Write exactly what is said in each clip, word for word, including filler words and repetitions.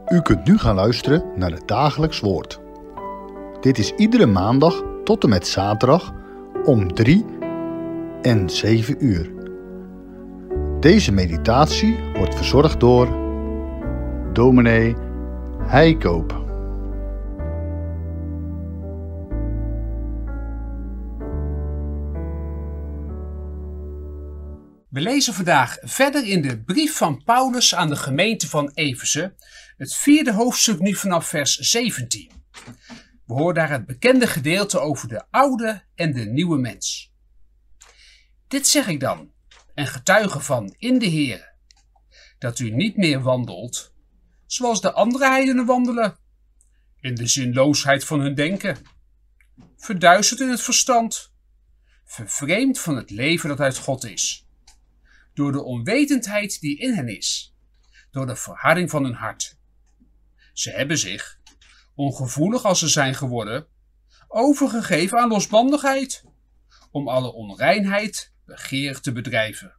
U kunt nu gaan luisteren naar het dagelijks woord. Dit is iedere maandag tot en met zaterdag om drie en zeven uur. Deze meditatie wordt verzorgd door dominee Heikoop. We lezen vandaag verder in de brief van Paulus aan de gemeente van Efeze, het vierde hoofdstuk nu vanaf vers zeventien. We horen daar het bekende gedeelte over de oude en de nieuwe mens. Dit zeg ik dan, en getuige van in de Heere, dat u niet meer wandelt zoals de andere heidenen wandelen, in de zinloosheid van hun denken, verduisterd in het verstand, vervreemd van het leven dat uit God is, door de onwetendheid die in hen is, door de verharding van hun hart. Ze hebben zich, ongevoelig als ze zijn geworden, overgegeven aan losbandigheid, om alle onreinheid begeerig te bedrijven.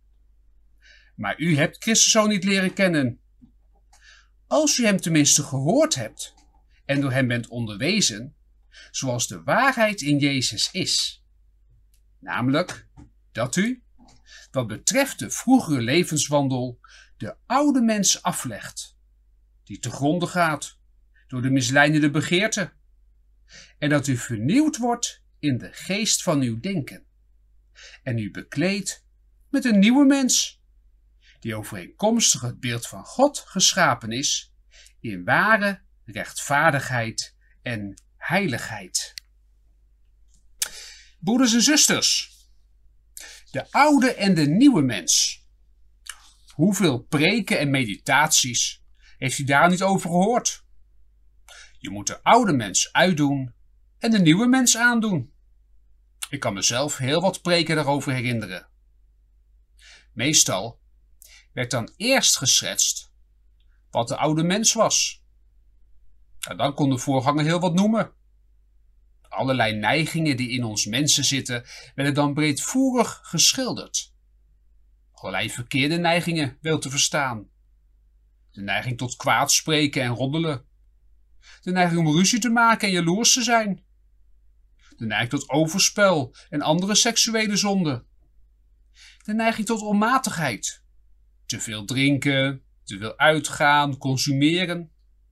Maar u hebt Christus zo niet leren kennen. Als u hem tenminste gehoord hebt en door hem bent onderwezen, zoals de waarheid in Jezus is, namelijk dat u, wat betreft de vroegere levenswandel, de oude mens aflegt, die te gronde gaat door de misleidende begeerte, en dat u vernieuwd wordt in de geest van uw denken, en u bekleedt met een nieuwe mens, die overeenkomstig het beeld van God geschapen is, in ware rechtvaardigheid en heiligheid. Broeders en zusters, de oude en de nieuwe mens. Hoeveel preken en meditaties heeft u daar niet over gehoord? Je moet de oude mens uitdoen en de nieuwe mens aandoen. Ik kan mezelf heel wat preken daarover herinneren. Meestal werd dan eerst geschetst wat de oude mens was. En dan kon de voorganger heel wat noemen. Allerlei neigingen die in ons mensen zitten, werden dan breedvoerig geschilderd. Allerlei verkeerde neigingen wel te verstaan. De neiging tot kwaad spreken en roddelen. De neiging om ruzie te maken en jaloers te zijn. De neiging tot overspel en andere seksuele zonden. De neiging tot onmatigheid. Te veel drinken, te veel uitgaan, consumeren.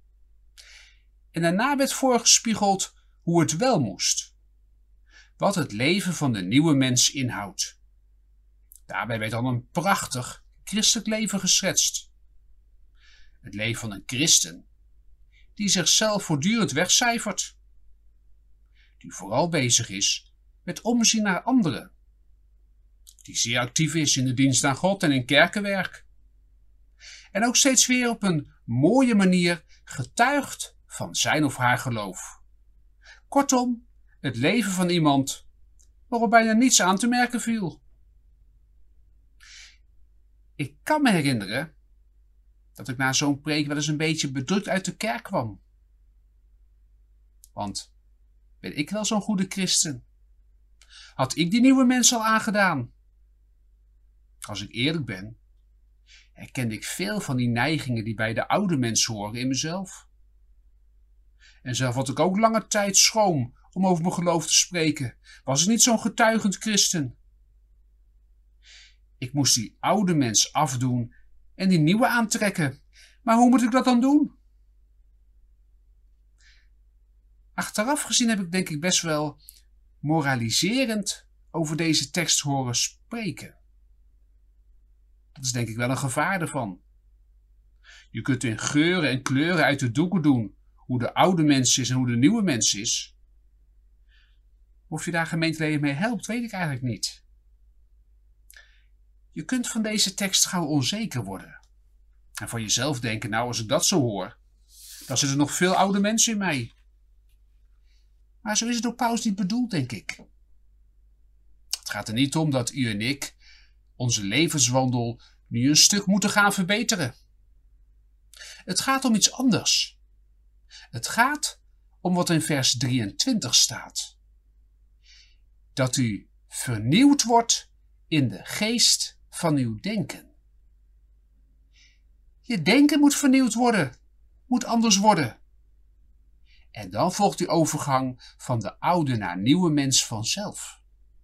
En daarna werd voorgespiegeld hoe het wel moest. Wat het leven van de nieuwe mens inhoudt. Daarbij werd dan een prachtig christelijk leven geschetst. Het leven van een christen die zichzelf voortdurend wegcijfert. Die vooral bezig is met omzien naar anderen. Die zeer actief is in de dienst aan God en in kerkenwerk. En ook steeds weer op een mooie manier getuigt van zijn of haar geloof. Kortom, het leven van iemand waarop bijna niets aan te merken viel. Ik kan me herinneren dat ik na zo'n preek wel eens een beetje bedrukt uit de kerk kwam. Want ben ik wel zo'n goede christen? Had ik die nieuwe mens al aangedaan? Als ik eerlijk ben, herkende ik veel van die neigingen die bij de oude mens horen in mezelf. En zelf had ik ook lange tijd schroom om over mijn geloof te spreken. Was ik niet zo'n getuigend christen? Ik moest die oude mens afdoen en die nieuwe aantrekken. Maar hoe moet ik dat dan doen? Achteraf gezien heb ik denk ik best wel moraliserend over deze tekst horen spreken. Dat is denk ik wel een gevaar ervan. Je kunt in geuren en kleuren uit de doeken doen hoe de oude mens is en hoe de nieuwe mens is. Of je daar gemeenteleden mee helpt, weet ik eigenlijk niet. Je kunt van deze tekst gauw onzeker worden. En van jezelf denken, nou als ik dat zo hoor, dan zitten nog veel oude mensen in mij. Maar zo is het door Paulus niet bedoeld, denk ik. Het gaat er niet om dat u en ik onze levenswandel nu een stuk moeten gaan verbeteren. Het gaat om iets anders. Het gaat om wat in vers drieëntwintig staat. Dat u vernieuwd wordt in de geest van uw denken. Je denken moet vernieuwd worden. moet anders worden. En dan volgt die overgang van de oude naar nieuwe mens vanzelf.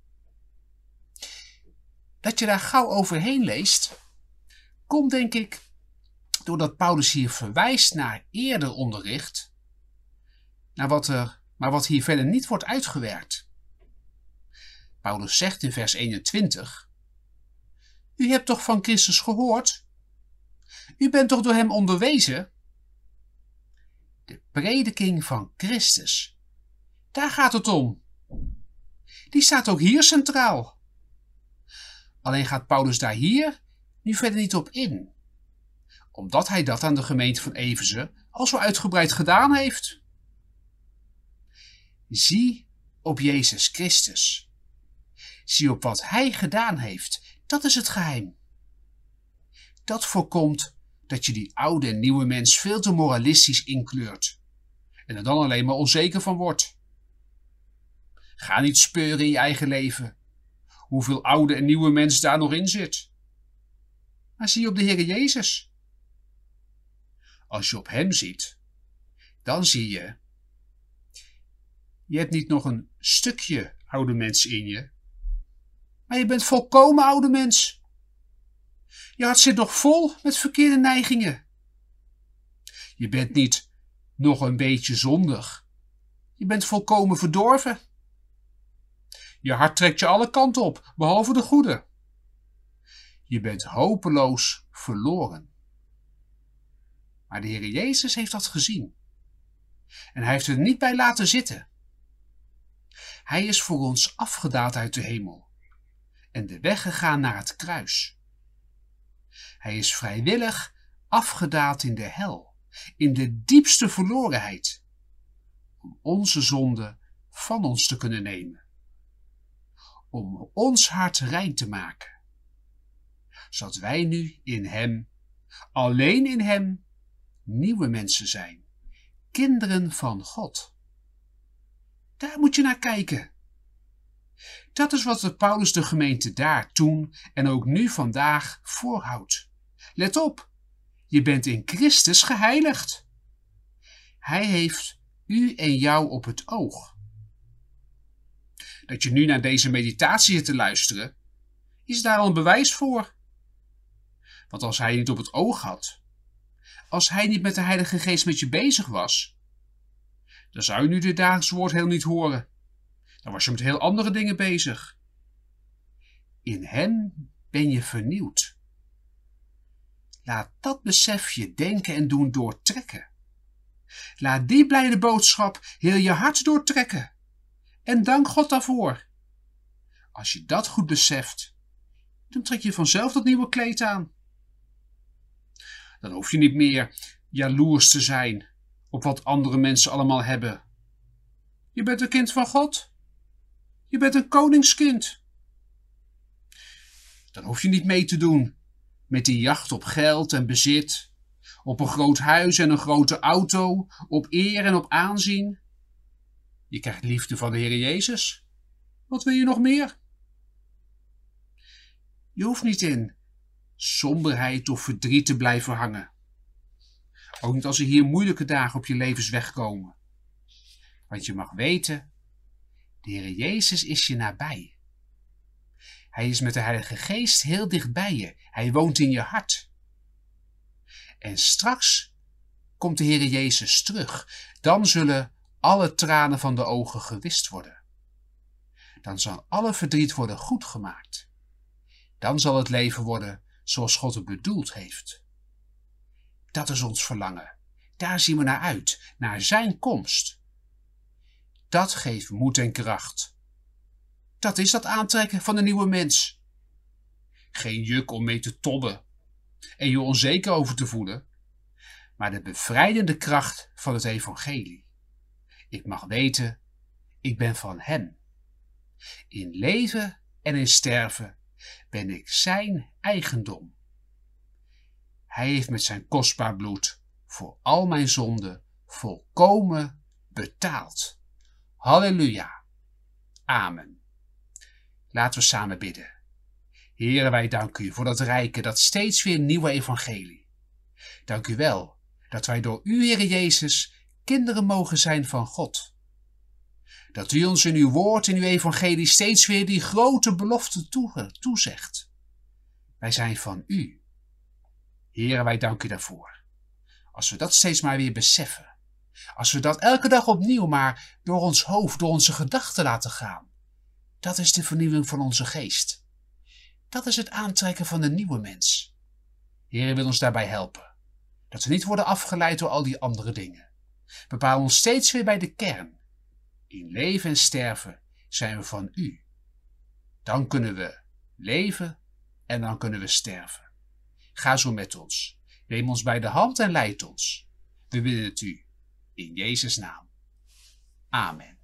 Dat je daar gauw overheen leest, komt denk ik doordat Paulus hier verwijst naar eerder onderricht, naar wat er, maar wat hier verder niet wordt uitgewerkt. Paulus zegt in vers eenentwintig, u hebt toch van Christus gehoord? U bent toch door hem onderwezen? De prediking van Christus, daar gaat het om. Die staat ook hier centraal. Alleen gaat Paulus daar hier nu verder niet op in, omdat hij dat aan de gemeente van Efeze al zo uitgebreid gedaan heeft. Zie op Jezus Christus. Zie op wat hij gedaan heeft. Dat is het geheim. Dat voorkomt dat je die oude en nieuwe mens veel te moralistisch inkleurt en er dan alleen maar onzeker van wordt. Ga niet speuren in je eigen leven hoeveel oude en nieuwe mens daar nog in zit. Maar zie op de Heer Jezus. Als je op hem ziet, dan zie je, je hebt niet nog een stukje oude mens in je, maar je bent volkomen oude mens. Je hart zit nog vol met verkeerde neigingen. Je bent niet nog een beetje zondig. Je bent volkomen verdorven. Je hart trekt je alle kanten op, behalve de goede. Je bent hopeloos verloren. Maar de Heer Jezus heeft dat gezien. En hij heeft er niet bij laten zitten. Hij is voor ons afgedaald uit de hemel en de weg gegaan naar het kruis. Hij is vrijwillig afgedaald in de hel, in de diepste verlorenheid, om onze zonde van ons te kunnen nemen. Om ons hart rein te maken, zodat wij nu in hem, alleen in hem, nieuwe mensen zijn, kinderen van God. Daar moet je naar kijken. Dat is wat de Paulus de gemeente daar toen en ook nu vandaag voorhoudt. Let op, je bent in Christus geheiligd. Hij heeft u en jou op het oog. Dat je nu naar deze meditatie zit te luisteren, is daar al een bewijs voor. Want als hij je niet op het oog had, als hij niet met de Heilige Geest met je bezig was, dan zou je nu dit dagelijks woord heel niet horen. Dan was je met heel andere dingen bezig. In hem ben je vernieuwd. Laat dat besef je denken en doen doortrekken. Laat die blijde boodschap heel je hart doortrekken. En dank God daarvoor. Als je dat goed beseft, dan trek je vanzelf dat nieuwe kleed aan. Dan hoef je niet meer jaloers te zijn op wat andere mensen allemaal hebben. Je bent een kind van God. Je bent een koningskind. Dan hoef je niet mee te doen met die jacht op geld en bezit, op een groot huis en een grote auto, op eer en op aanzien. Je krijgt liefde van de Heer Jezus. Wat wil je nog meer? Je hoeft niet in somberheid of verdriet te blijven hangen. Ook niet als er hier moeilijke dagen op je levensweg komen. Want je mag weten, de Heer Jezus is je nabij. Hij is met de Heilige Geest heel dicht bij je. Hij woont in je hart. En straks komt de Heer Jezus terug. Dan zullen alle tranen van de ogen gewist worden. Dan zal alle verdriet worden goedgemaakt. Dan zal het leven worden zoals God het bedoeld heeft. Dat is ons verlangen. Daar zien we naar uit, naar zijn komst. Dat geeft moed en kracht. Dat is dat aantrekken van een nieuwe mens. Geen juk om mee te tobben en je onzeker over te voelen, maar de bevrijdende kracht van het evangelie. Ik mag weten, ik ben van hem. In leven en in sterven ben ik zijn eigendom. Hij heeft met zijn kostbaar bloed voor al mijn zonden volkomen betaald. Halleluja. Amen. Laten we samen bidden. Heere, wij danken u voor dat rijke, dat steeds weer nieuwe evangelie. Dank u wel Dat wij door u, Heere Jezus, kinderen mogen zijn van God. Dat u ons in uw woord, in uw evangelie steeds weer die grote belofte toezegt. Wij zijn van u. Heere, wij danken u daarvoor. Als we dat steeds maar weer beseffen. Als we dat elke dag opnieuw maar door ons hoofd, door onze gedachten laten gaan. Dat is de vernieuwing van onze geest. Dat is het aantrekken van een nieuwe mens. Heere, wil ons daarbij helpen. Dat we niet worden afgeleid door al die andere dingen. Bepaal ons steeds weer bij de kern. In leven en sterven zijn we van u. Dan kunnen we leven en dan kunnen we sterven. Ga zo met ons. Neem ons bij de hand en leid ons. We bidden het u. In Jezus' naam. Amen.